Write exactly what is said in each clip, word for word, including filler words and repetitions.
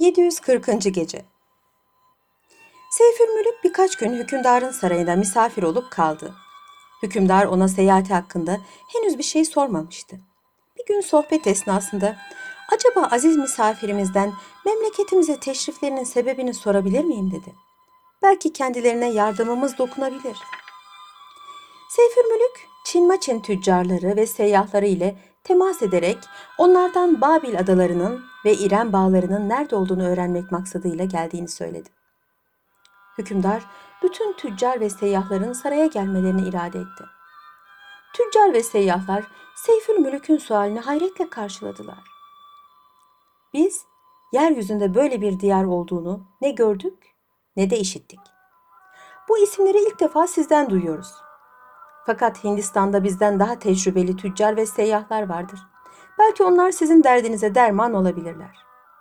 yedi yüz kırkıncı. Gece. Seyfülmülük birkaç gün hükümdarın sarayında misafir olup kaldı. Hükümdar ona seyahati hakkında henüz bir şey sormamıştı. Bir gün sohbet esnasında, "Acaba aziz misafirimizden memleketimize teşriflerinin sebebini sorabilir miyim?" dedi. "Belki kendilerine yardımımız dokunabilir." Seyfülmülük, Çinmaçin tüccarları ve seyyahları ile temas ederek onlardan Babil adalarının ve İrem bağlarının nerede olduğunu öğrenmek maksadıyla geldiğini söyledi. Hükümdar, bütün tüccar ve seyyahların saraya gelmelerini irade etti. Tüccar ve seyyahlar Seyfülmülük'ün sualini hayretle karşıladılar. "Biz yeryüzünde böyle bir diyar olduğunu ne gördük ne de işittik. Bu isimleri ilk defa sizden duyuyoruz. Fakat Hindistan'da bizden daha tecrübeli tüccar ve seyyahlar vardır. Belki onlar sizin derdinize derman olabilirler."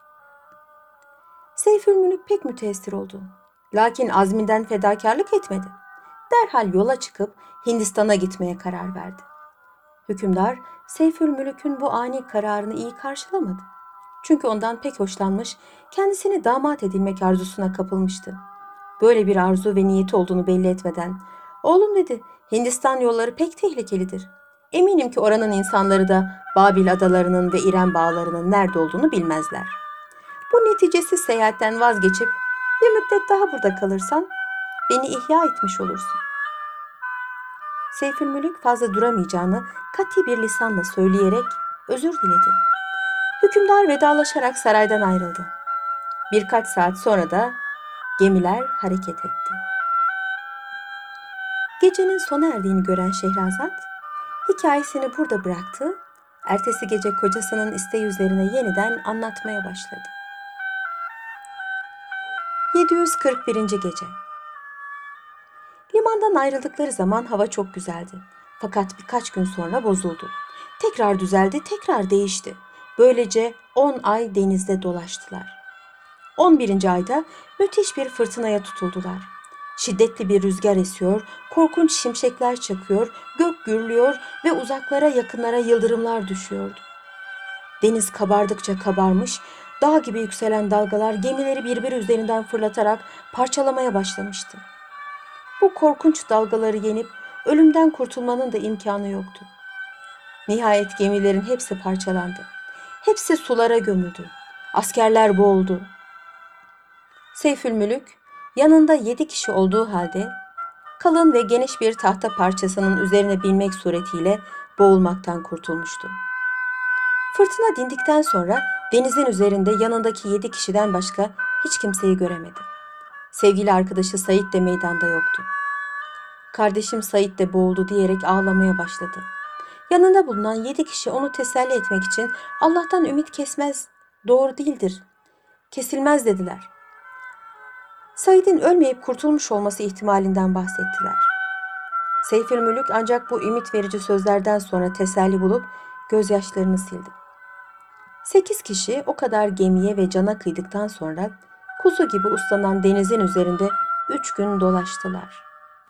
Seyfülmülük pek müteessir oldu. Lakin azminden fedakarlık etmedi. Derhal yola çıkıp Hindistan'a gitmeye karar verdi. Hükümdar, Seyfülmülük'ün bu ani kararını iyi karşılamadı. Çünkü ondan pek hoşlanmış, kendisini damat edilmek arzusuna kapılmıştı. Böyle bir arzu ve niyeti olduğunu belli etmeden, "Oğlum," dedi, "Hindistan yolları pek tehlikelidir. Eminim ki oranın insanları da Babil adalarının ve İrem bağlarının nerede olduğunu bilmezler. Bu neticesiz seyahatten vazgeçip bir müddet daha burada kalırsan beni ihya etmiş olursun." Seyfülmülük fazla duramayacağını katı bir lisanla söyleyerek özür diledi. Hükümdar vedalaşarak saraydan ayrıldı. Birkaç saat sonra da gemiler hareket etti. Gecenin sona erdiğini gören Şehrazat hikayesini burada bıraktı. Ertesi gece kocasının isteği üzerine yeniden anlatmaya başladı. yedi yüz kırk birinci. Gece. Limandan ayrıldıkları zaman hava çok güzeldi. Fakat birkaç gün sonra bozuldu. Tekrar düzeldi, tekrar değişti. Böylece on ay denizde dolaştılar. on birinci ayda müthiş bir fırtınaya tutuldular. Şiddetli bir rüzgar esiyor, korkunç şimşekler çakıyor, gök gürlüyor ve uzaklara yakınlara yıldırımlar düşüyordu. Deniz kabardıkça kabarmış, dağ gibi yükselen dalgalar gemileri birbiri üzerinden fırlatarak parçalamaya başlamıştı. Bu korkunç dalgaları yenip ölümden kurtulmanın da imkanı yoktu. Nihayet gemilerin hepsi parçalandı. Hepsi sulara gömüldü. Askerler boğuldu. Seyfülmülük yanında yedi kişi olduğu halde kalın ve geniş bir tahta parçasının üzerine binmek suretiyle boğulmaktan kurtulmuştu. Fırtına dindikten sonra denizin üzerinde yanındaki yedi kişiden başka hiç kimseyi göremedi. Sevgili arkadaşı Said de meydanda yoktu. "Kardeşim Said de boğuldu," diyerek ağlamaya başladı. Yanında bulunan yedi kişi onu teselli etmek için "Allah'tan ümit kesmez, doğru değildir, kesilmez," dediler. Said'in ölmeyip kurtulmuş olması ihtimalinden bahsettiler. Seyfülmülük ancak bu ümit verici sözlerden sonra teselli bulup gözyaşlarını sildi. Sekiz kişi o kadar gemiye ve cana kıydıktan sonra kuzu gibi uslanan denizin üzerinde üç gün dolaştılar.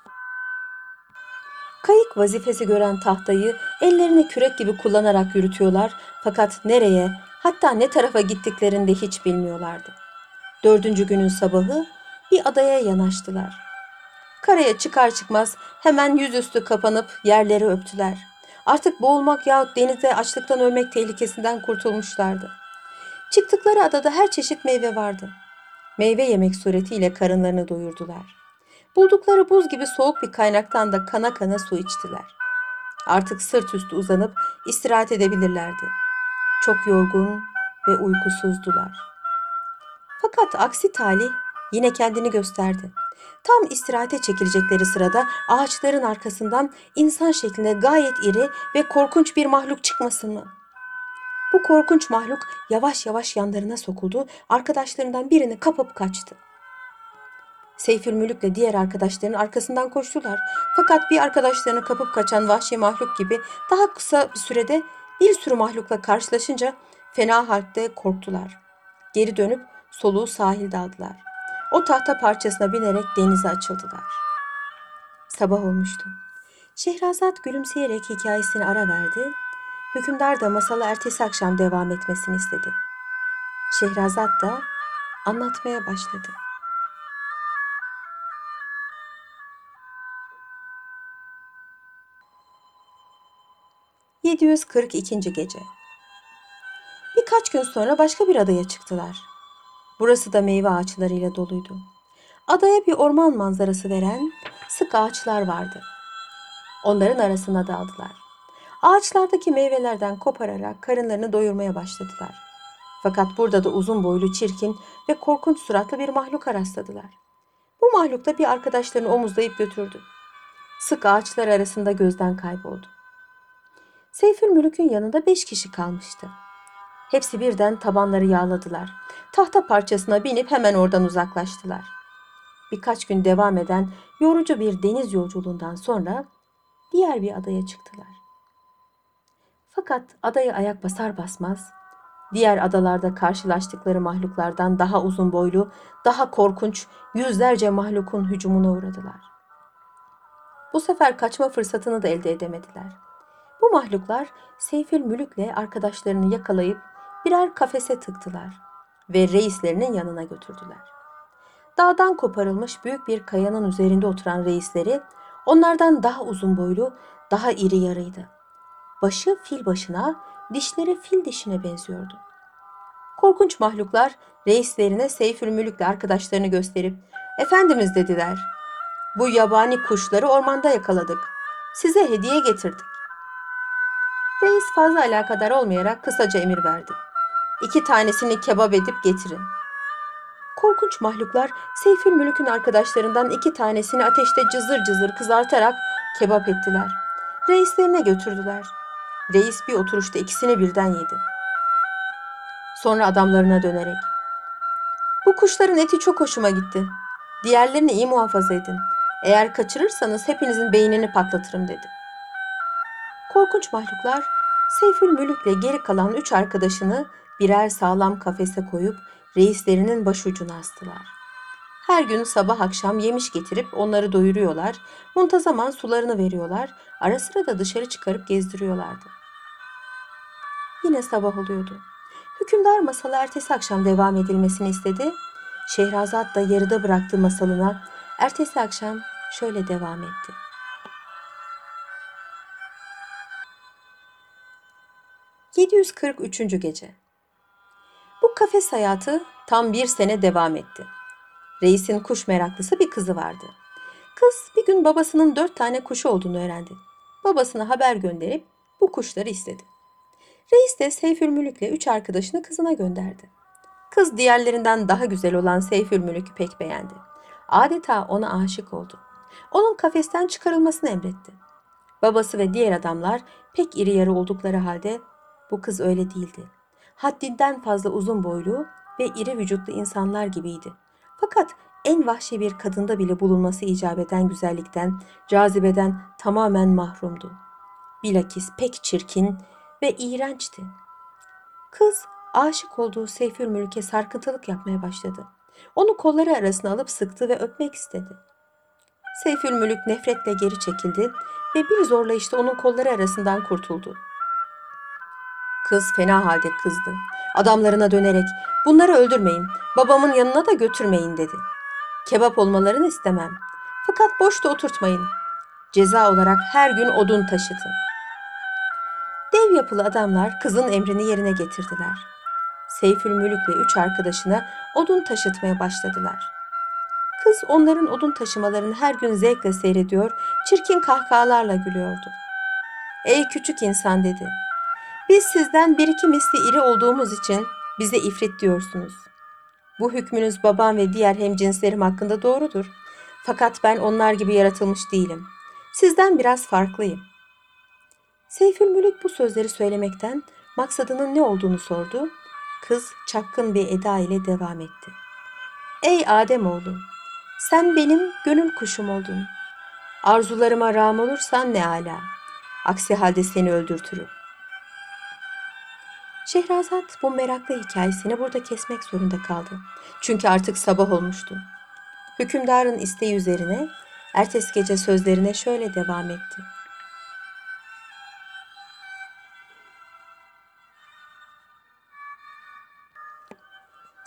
Kayık vazifesi gören tahtayı ellerine kürek gibi kullanarak yürütüyorlar, fakat nereye, hatta ne tarafa gittiklerini de hiç bilmiyorlardı. Dördüncü günün sabahı bir adaya yanaştılar. Karaya çıkar çıkmaz hemen yüzüstü kapanıp yerleri öptüler. Artık boğulmak yahut denizde açlıktan ölmek tehlikesinden kurtulmuşlardı. Çıktıkları adada her çeşit meyve vardı. Meyve yemek suretiyle karınlarını doyurdular. Buldukları buz gibi soğuk bir kaynaktan da kana kana su içtiler. Artık sırt üstü uzanıp istirahat edebilirlerdi. Çok yorgun ve uykusuzdular. Fakat aksi talih yine kendini gösterdi. Tam istirahate çekilecekleri sırada ağaçların arkasından insan şeklinde gayet iri ve korkunç bir mahluk çıkmasın mı? Bu korkunç mahluk yavaş yavaş yanlarına sokuldu, arkadaşlarından birini kapıp kaçtı. Seyfülmülük'le diğer arkadaşlarının arkasından koştular. Fakat bir arkadaşlarını kapıp kaçan vahşi mahluk gibi daha kısa bir sürede bir sürü mahlukla karşılaşınca fena halde korktular. Geri dönüp soluğu sahilde aldılar. O tahta parçasına binerek denize açıldılar. Sabah olmuştu. Şehrazat gülümseyerek hikayesini ara verdi. Hükümdar da masala ertesi akşam devam etmesini istedi. Şehrazat da anlatmaya başladı. yedi yüz kırk ikinci. Gece. Birkaç gün sonra başka bir adaya çıktılar. Burası da meyve ağaçlarıyla doluydu. Adaya bir orman manzarası veren sık ağaçlar vardı. Onların arasına daldılar. Ağaçlardaki meyvelerden kopararak karınlarını doyurmaya başladılar. Fakat burada da uzun boylu, çirkin ve korkunç suratlı bir mahluka rastladılar. Bu mahluk da bir arkadaşlarını omuzlayıp götürdü. Sık ağaçlar arasında gözden kayboldu. Seyfülmülük'ün yanında beş kişi kalmıştı. Hepsi birden tabanları yağladılar. Tahta parçasına binip hemen oradan uzaklaştılar. Birkaç gün devam eden yorucu bir deniz yolculuğundan sonra diğer bir adaya çıktılar. Fakat adaya ayak basar basmaz diğer adalarda karşılaştıkları mahluklardan daha uzun boylu, daha korkunç yüzlerce mahlukun hücumuna uğradılar. Bu sefer kaçma fırsatını da elde edemediler. Bu mahluklar Seyfülmülük'le arkadaşlarını yakalayıp birer kafese tıktılar ve reislerinin yanına götürdüler. Dağdan koparılmış büyük bir kayanın üzerinde oturan reisleri onlardan daha uzun boylu, daha iri yarıydı. Başı fil başına, dişleri fil dişine benziyordu. Korkunç mahluklar reislerine Seyfülmülük'le arkadaşlarını gösterip "Efendimiz," dediler, "bu yabani kuşları ormanda yakaladık. Size hediye getirdik." Reis fazla alakadar olmayarak kısaca emir verdi. "İki tanesini kebap edip getirin." Korkunç mahluklar Seyfülmülük'ün arkadaşlarından iki tanesini ateşte cızır cızır kızartarak kebap ettiler. Reislerine götürdüler. Reis bir oturuşta ikisini birden yedi. Sonra adamlarına dönerek, "Bu kuşların eti çok hoşuma gitti. Diğerlerini iyi muhafaza edin. Eğer kaçırırsanız hepinizin beynini patlatırım," dedi. Korkunç mahluklar Seyfülmülük'le geri kalan üç arkadaşını birer sağlam kafese koyup reislerinin başucuna astılar. Her gün sabah akşam yemiş getirip onları doyuruyorlar, muntazaman sularını veriyorlar, ara sıra da dışarı çıkarıp gezdiriyorlardı. Yine sabah oluyordu. Hükümdar masalı ertesi akşam devam edilmesini istedi. Şehrazat da yarıda bıraktığı masalına ertesi akşam şöyle devam etti. yedi yüz kırk üçüncü. Gece. Bu kafes hayatı tam bir sene devam etti. Reisin kuş meraklısı bir kızı vardı. Kız bir gün babasının dört tane kuşu olduğunu öğrendi. Babasına haber gönderip bu kuşları istedi. Reis de Seyfülmülük'le üç arkadaşını kızına gönderdi. Kız diğerlerinden daha güzel olan Seyfülmülük'ü pek beğendi. Adeta ona aşık oldu. Onun kafesten çıkarılmasını emretti. Babası ve diğer adamlar pek iri yarı oldukları halde bu kız öyle değildi. Haddinden fazla uzun boylu ve iri vücutlu insanlar gibiydi. Fakat en vahşi bir kadında bile bulunması icap eden güzellikten, cazibeden tamamen mahrumdu. Bilakis pek çirkin ve iğrençti. Kız aşık olduğu Seyfülmülük'e sarkıntılık yapmaya başladı. Onu kolları arasına alıp sıktı ve öpmek istedi. Seyfülmülük nefretle geri çekildi ve bir zorlayışta onun kolları arasından kurtuldu. Kız fena halde kızdı. Adamlarına dönerek "Bunları öldürmeyin, babamın yanına da götürmeyin," dedi. "Kebap olmalarını istemem. Fakat boş da oturtmayın. Ceza olarak her gün odun taşıtın." Dev yapılı adamlar kızın emrini yerine getirdiler. Seyfülmülük'le üç arkadaşına odun taşıtmaya başladılar. Kız onların odun taşımalarını her gün zevkle seyrediyor, çirkin kahkahalarla gülüyordu. "Ey küçük insan," dedi, "biz sizden bir iki misli iri olduğumuz için bize ifrit diyorsunuz. Bu hükmünüz babam ve diğer hemcinslerim hakkında doğrudur. Fakat ben onlar gibi yaratılmış değilim. Sizden biraz farklıyım." Seyfülmülük bu sözleri söylemekten maksadının ne olduğunu sordu. Kız çapkın bir eda ile devam etti. "Ey Ademoğlu, sen benim gönül kuşum oldun. Arzularıma rağm olursan ne âlâ. Aksi halde seni öldürtürüm." Şehrazat bu meraklı hikayesini burada kesmek zorunda kaldı. Çünkü artık sabah olmuştu. Hükümdarın isteği üzerine ertesi gece sözlerine şöyle devam etti.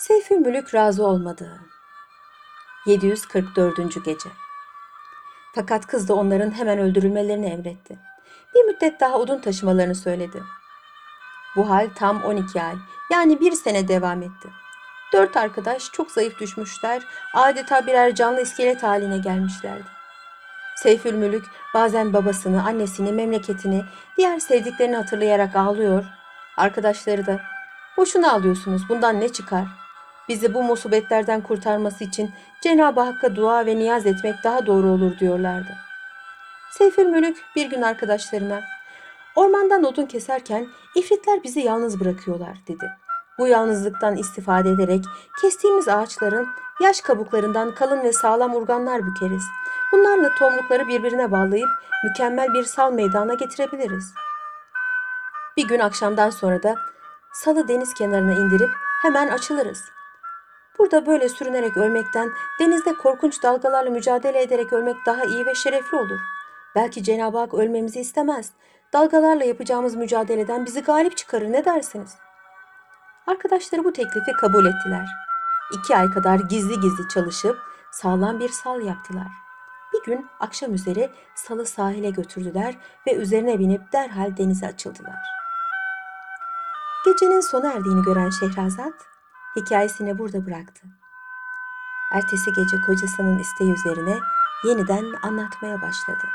Seyfülmülük razı olmadı. yedi yüz kırk dördüncü gece. Fakat kız da onların hemen öldürülmelerini emretti. Bir müddet daha odun taşımalarını söyledi. Bu hal tam on iki ay, yani bir sene devam etti. Dört arkadaş çok zayıf düşmüşler, adeta birer canlı iskelet haline gelmişlerdi. Seyfülmülük bazen babasını, annesini, memleketini, diğer sevdiklerini hatırlayarak ağlıyor. Arkadaşları da, "Boşuna ağlıyorsunuz, bundan ne çıkar? Bizi bu musibetlerden kurtarması için Cenab-ı Hakk'a dua ve niyaz etmek daha doğru olur," diyorlardı. Seyfülmülük bir gün arkadaşlarına, "Ormandan odun keserken ifritler bizi yalnız bırakıyorlar," dedi. "Bu yalnızlıktan istifade ederek kestiğimiz ağaçların yaş kabuklarından kalın ve sağlam urganlar bükeriz. Bunlarla tomrukları birbirine bağlayıp mükemmel bir sal meydana getirebiliriz." Bir gün akşamdan sonra da salı deniz kenarına indirip hemen açılırız. Burada böyle sürünerek ölmekten denizde korkunç dalgalarla mücadele ederek ölmek daha iyi ve şerefli olur. Belki Cenab-ı Hak ölmemizi istemez. Dalgalarla yapacağımız mücadeleden bizi galip çıkarır, ne dersiniz? Arkadaşları bu teklifi kabul ettiler. İki ay kadar gizli gizli çalışıp sağlam bir sal yaptılar. Bir gün akşam üzeri salı sahile götürdüler ve üzerine binip derhal denize açıldılar. Gecenin sona erdiğini gören Şehrazat hikayesini burada bıraktı. Ertesi gece kocasının isteği üzerine yeniden anlatmaya başladı.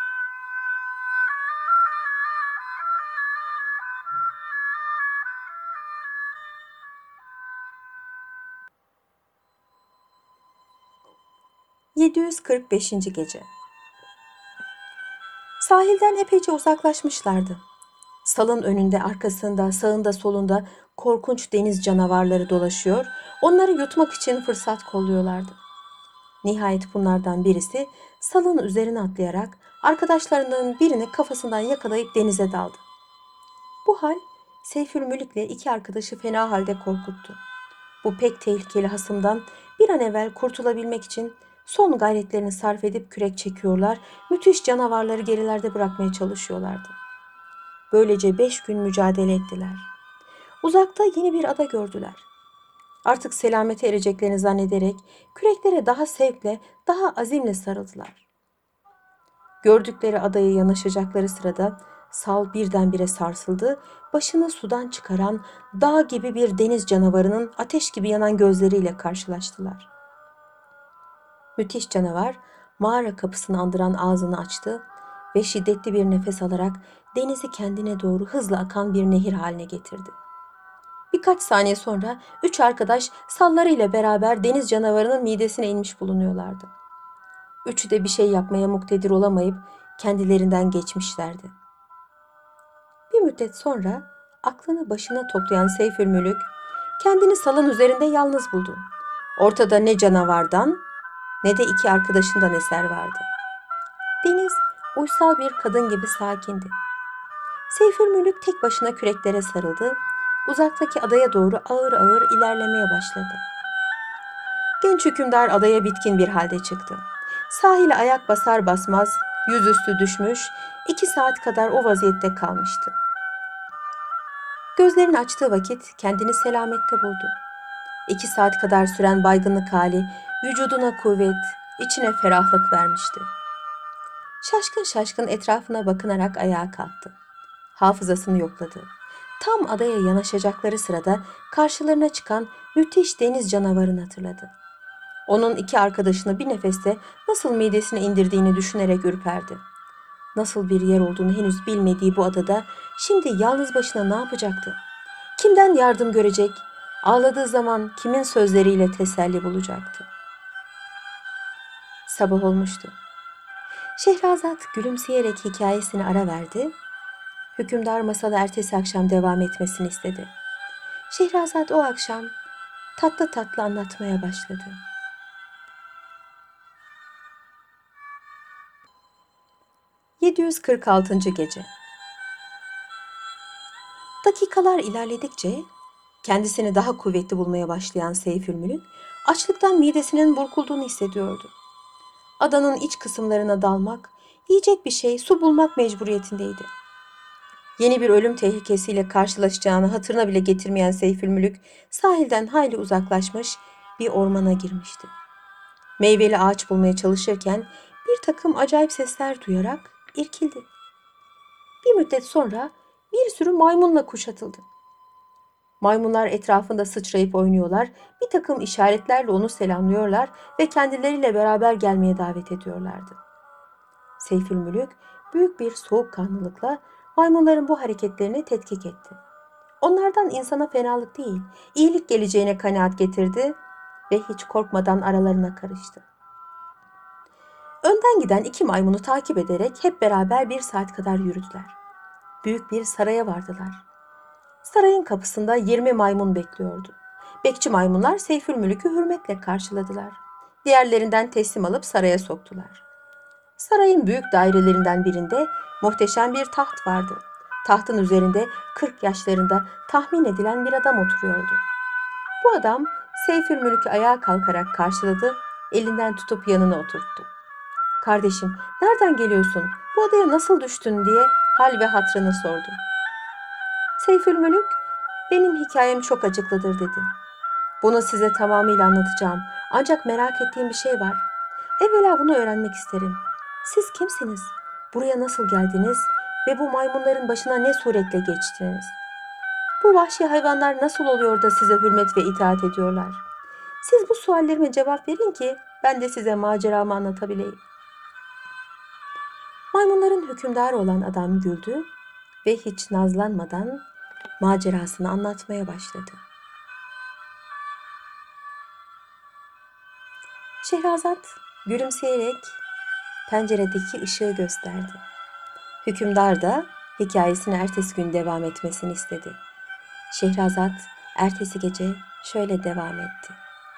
yedi yüz kırk beşinci gece. Sahilden epeyce uzaklaşmışlardı. Salın önünde, arkasında, sağında, solunda korkunç deniz canavarları dolaşıyor, onları yutmak için fırsat kolluyorlardı. Nihayet bunlardan birisi salın üzerine atlayarak arkadaşlarının birini kafasından yakalayıp denize daldı. Bu hal Seyfülmülük'le iki arkadaşı fena halde korkuttu. Bu pek tehlikeli hasımdan bir an evvel kurtulabilmek için son gayretlerini sarf edip kürek çekiyorlar, müthiş canavarları gerilerde bırakmaya çalışıyorlardı. Böylece beş gün mücadele ettiler. Uzakta yeni bir ada gördüler. Artık selamete ereceklerini zannederek küreklere daha sevkle, daha azimle sarıldılar. Gördükleri adaya yanaşacakları sırada sal birdenbire sarsıldı, başını sudan çıkaran dağ gibi bir deniz canavarının ateş gibi yanan gözleriyle karşılaştılar. Müthiş canavar mağara kapısını andıran ağzını açtı ve şiddetli bir nefes alarak denizi kendine doğru hızla akan bir nehir haline getirdi. Birkaç saniye sonra üç arkadaş sallarıyla beraber deniz canavarının midesine inmiş bulunuyorlardı. Üçü de bir şey yapmaya muktedir olamayıp kendilerinden geçmişlerdi. Bir müddet sonra aklını başına toplayan Seyfülmülük kendini salın üzerinde yalnız buldu. Ortada ne canavardan ne de iki arkadaşından eser vardı. Deniz uysal bir kadın gibi sakindi. Seyfülmülük tek başına küreklere sarıldı, uzaktaki adaya doğru ağır ağır ilerlemeye başladı. Genç hükümdar adaya bitkin bir halde çıktı. Sahile ayak basar basmaz yüzüstü düşmüş, iki saat kadar o vaziyette kalmıştı. Gözlerini açtığı vakit kendini selamette buldu. İki saat kadar süren baygınlık hali vücuduna kuvvet, içine ferahlık vermişti. Şaşkın şaşkın etrafına bakınarak ayağa kalktı. Hafızasını yokladı. Tam adaya yanaşacakları sırada karşılarına çıkan müthiş deniz canavarını hatırladı. Onun iki arkadaşını bir nefeste nasıl midesine indirdiğini düşünerek ürperdi. Nasıl bir yer olduğunu henüz bilmediği bu adada şimdi yalnız başına ne yapacaktı? Kimden yardım görecek? Ağladığı zaman kimin sözleriyle teselli bulacaktı? Sabah olmuştu. Şehrazat gülümseyerek hikayesine ara verdi. Hükümdar masalı ertesi akşam devam etmesini istedi. Şehrazat o akşam tatlı tatlı anlatmaya başladı. yedi yüz kırk altıncı gece. Dakikalar ilerledikçe kendisini daha kuvvetli bulmaya başlayan Seyfülmülük açlıktan midesinin burkulduğunu hissediyordu. Adanın iç kısımlarına dalmak, yiyecek bir şey, su bulmak mecburiyetindeydi. Yeni bir ölüm tehlikesiyle karşılaşacağını hatırına bile getirmeyen Seyfülmülük sahilden hayli uzaklaşmış bir ormana girmişti. Meyveli ağaç bulmaya çalışırken bir takım acayip sesler duyarak irkildi. Bir müddet sonra bir sürü maymunla kuşatıldı. Maymunlar etrafında sıçrayıp oynuyorlar, bir takım işaretlerle onu selamlıyorlar ve kendileriyle beraber gelmeye davet ediyorlardı. Seyfülmülük büyük bir soğukkanlılıkla maymunların bu hareketlerini tetkik etti. Onlardan insana fenalık değil, iyilik geleceğine kanaat getirdi ve hiç korkmadan aralarına karıştı. Önden giden iki maymunu takip ederek hep beraber bir saat kadar yürüdüler. Büyük bir saraya vardılar. Sarayın kapısında yirmi maymun bekliyordu. Bekçi maymunlar Seyfülmülük'ü hürmetle karşıladılar. Diğerlerinden teslim alıp saraya soktular. Sarayın büyük dairelerinden birinde muhteşem bir taht vardı. Tahtın üzerinde kırk yaşlarında tahmin edilen bir adam oturuyordu. Bu adam Seyfülmülük'ü ayağa kalkarak karşıladı, elinden tutup yanına oturttu. "Kardeşim, nereden geliyorsun? Bu adaya nasıl düştün?" diye hal ve hatrını sordu. Seyfülmülük, "Benim hikayem çok acıklıdır," dedi. "Bunu size tamamıyla anlatacağım. Ancak merak ettiğim bir şey var. Evvela bunu öğrenmek isterim. Siz kimsiniz? Buraya nasıl geldiniz? Ve bu maymunların başına ne suretle geçtiniz? Bu vahşi hayvanlar nasıl oluyor da size hürmet ve itaat ediyorlar? Siz bu suallerime cevap verin ki ben de size maceramı anlatabileyim." Maymunların hükümdarı olan adam güldü ve hiç nazlanmadan macerasını anlatmaya başladı. Şehrazat gülümseyerek penceredeki ışığı gösterdi. Hükümdar da hikayesine ertesi gün devam etmesini istedi. Şehrazat ertesi gece şöyle devam etti.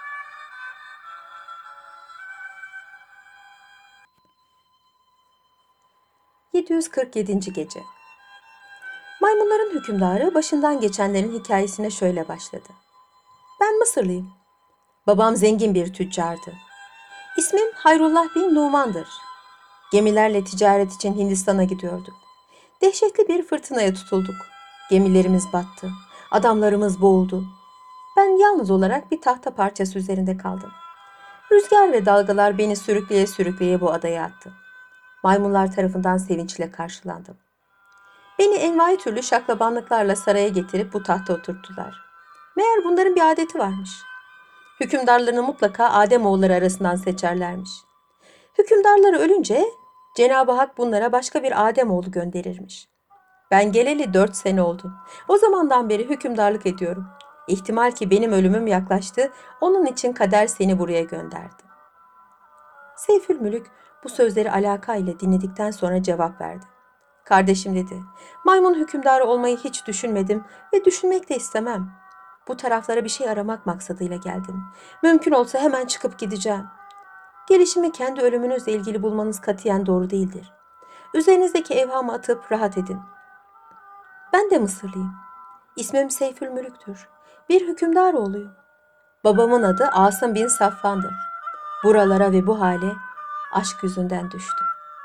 yedi yüz kırk yedinci. Gece. Maymunların hükümdarı başından geçenlerin hikayesine şöyle başladı. "Ben Mısırlıyım. Babam zengin bir tüccardı. İsmim Hayrullah bin Numan'dır. Gemilerle ticaret için Hindistan'a gidiyorduk. Dehşetli bir fırtınaya tutulduk. Gemilerimiz battı. Adamlarımız boğuldu. Ben yalnız olarak bir tahta parçası üzerinde kaldım. Rüzgar ve dalgalar beni sürükleye sürükleye bu adaya attı. Maymunlar tarafından sevinçle karşılandım. Beni envai türlü şaklabanlıklarla saraya getirip bu tahta oturttular. Meğer bunların bir adeti varmış. Hükümdarlarını mutlaka Ademoğulları arasından seçerlermiş. Hükümdarları ölünce Cenab-ı Hak bunlara başka bir Ademoğlu gönderirmiş. Ben geleli dört sene oldu. O zamandan beri hükümdarlık ediyorum. İhtimal ki benim ölümüm yaklaştı, onun için kader seni buraya gönderdi." Seyfülmülük bu sözleri alaka ile dinledikten sonra cevap verdi. "Kardeşim," dedi, "maymun hükümdarı olmayı hiç düşünmedim ve düşünmek de istemem. Bu taraflara bir şey aramak maksadıyla geldim. Mümkün olsa hemen çıkıp gideceğim. Gelişimi kendi ölümünüzle ilgili bulmanız katiyen doğru değildir. Üzerinizdeki evhamı atıp rahat edin. Ben de Mısırlıyım. İsmim Seyfülmülük'tür. Bir hükümdar oğluyum. Babamın adı Asım bin Safvan'dır. Buralara ve bu hale aşk yüzünden düştüm."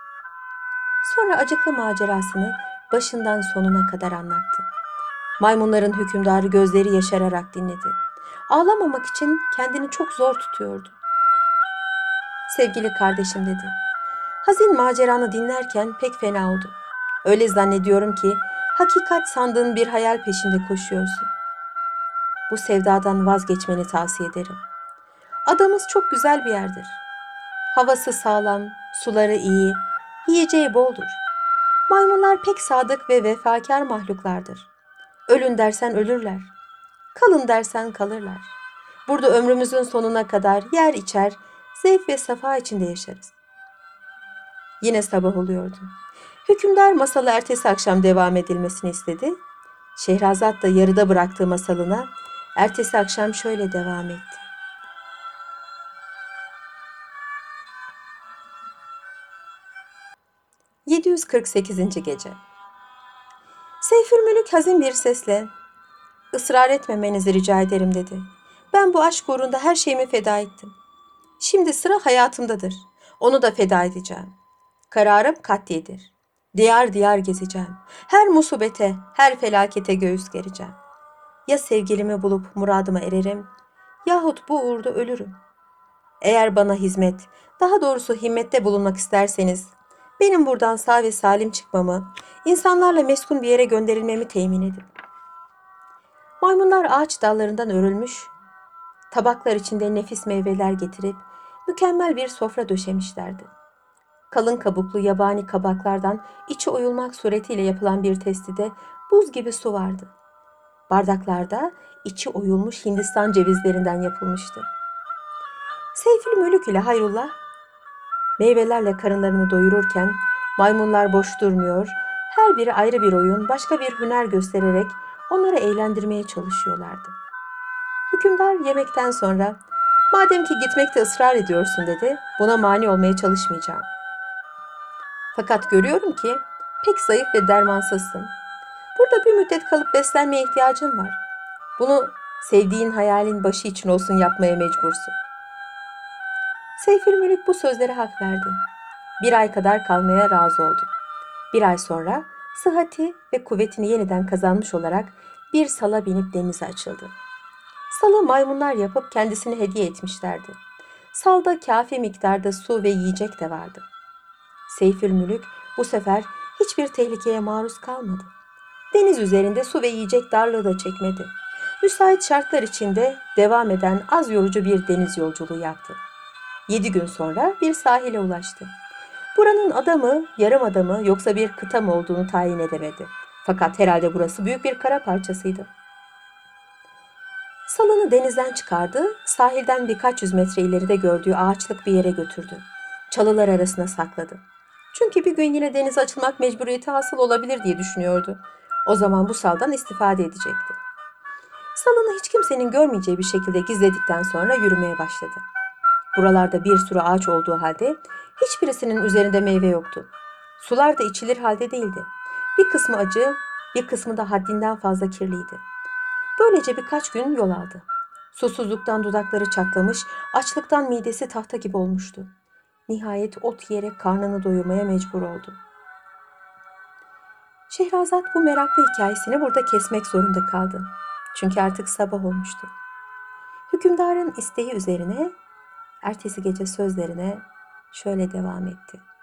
Sonra acıklı macerasını başından sonuna kadar anlattı. Maymunların hükümdarı gözleri yaşararak dinledi. Ağlamamak için kendini çok zor tutuyordu. "Sevgili kardeşim," dedi, "hazin maceranı dinlerken pek fena oldu. Öyle zannediyorum ki hakikat sandığın bir hayal peşinde koşuyorsun. Bu sevdadan vazgeçmeni tavsiye ederim. Adamız çok güzel bir yerdir. Havası sağlam, suları iyi, yiyeceği boldur. Maymunlar pek sadık ve vefakar mahluklardır. Ölün dersen ölürler, kalın dersen kalırlar. Burada ömrümüzün sonuna kadar yer içer, zevk ve safa içinde yaşarız." Yine sabah oluyordu. Hükümdar masalı ertesi akşam devam edilmesini istedi. Şehrazat da yarıda bıraktığı masalına ertesi akşam şöyle devam etti. yedi yüz kırk sekizinci. Gece. Seyfülmülük hazin bir sesle, "Israr etmemenizi rica ederim," dedi. "Ben bu aşk uğrunda her şeyimi feda ettim. Şimdi sıra hayatımdadır. Onu da feda edeceğim. Kararım kat'idir. Diyar diyar gezeceğim. Her musibete, her felakete göğüs gereceğim. Ya sevgilimi bulup muradıma ererim, yahut bu uğurda ölürüm. Eğer bana hizmet, daha doğrusu himmette bulunmak isterseniz, benim buradan sağ ve salim çıkmamı, insanlarla meskun bir yere gönderilmemi temin edin. Maymunlar ağaç dallarından örülmüş, tabaklar içinde nefis meyveler getirip mükemmel bir sofra döşemişlerdi. Kalın kabuklu yabani kabaklardan içi oyulmak suretiyle yapılan bir testide buz gibi su vardı. Bardaklarda içi oyulmuş Hindistan cevizlerinden yapılmıştı. Seyfülmülük ile Hayrullah meyvelerle karınlarını doyururken maymunlar boş durmuyor, her biri ayrı bir oyun, başka bir hüner göstererek onları eğlendirmeye çalışıyorlardı. Hükümdar yemekten sonra, "Madem ki gitmekte ısrar ediyorsun," dedi, "buna mani olmaya çalışmayacağım. Fakat görüyorum ki pek zayıf ve dermansızsın. Burada bir müddet kalıp beslenmeye ihtiyacın var. Bunu sevdiğin hayalin başı için olsun yapmaya mecbursun." Seyfülmülük bu sözlere hak verdi. Bir ay kadar kalmaya razı oldu. Bir ay sonra sıhhati ve kuvvetini yeniden kazanmış olarak bir sala binip denize açıldı. Salı maymunlar yapıp kendisine hediye etmişlerdi. Salda kafi miktarda su ve yiyecek de vardı. Seyfülmülük bu sefer hiçbir tehlikeye maruz kalmadı. Deniz üzerinde su ve yiyecek darlığı da çekmedi. Müsait şartlar içinde devam eden az yorucu bir deniz yolculuğu yaptı. Yedi gün sonra bir sahile ulaştı. Buranın ada mı, yarım ada mı yoksa bir kıta mı olduğunu tayin edemedi. Fakat herhalde burası büyük bir kara parçasıydı. Salını denizden çıkardı, sahilden birkaç yüz metre ileride gördüğü ağaçlık bir yere götürdü. Çalılar arasına sakladı. Çünkü bir gün yine denize açılmak mecburiyeti hasıl olabilir diye düşünüyordu. O zaman bu saldan istifade edecekti. Salını hiç kimsenin görmeyeceği bir şekilde gizledikten sonra yürümeye başladı. Buralarda bir sürü ağaç olduğu halde hiçbirisinin üzerinde meyve yoktu. Sular da içilir halde değildi. Bir kısmı acı, bir kısmı da haddinden fazla kirliydi. Böylece birkaç gün yol aldı. Susuzluktan dudakları çatlamış, açlıktan midesi tahta gibi olmuştu. Nihayet ot yiyerek karnını doyurmaya mecbur oldu. Şehrazat bu meraklı hikayesini burada kesmek zorunda kaldı. Çünkü artık sabah olmuştu. Hükümdarın isteği üzerine ertesi gece sözlerine şöyle devam etti.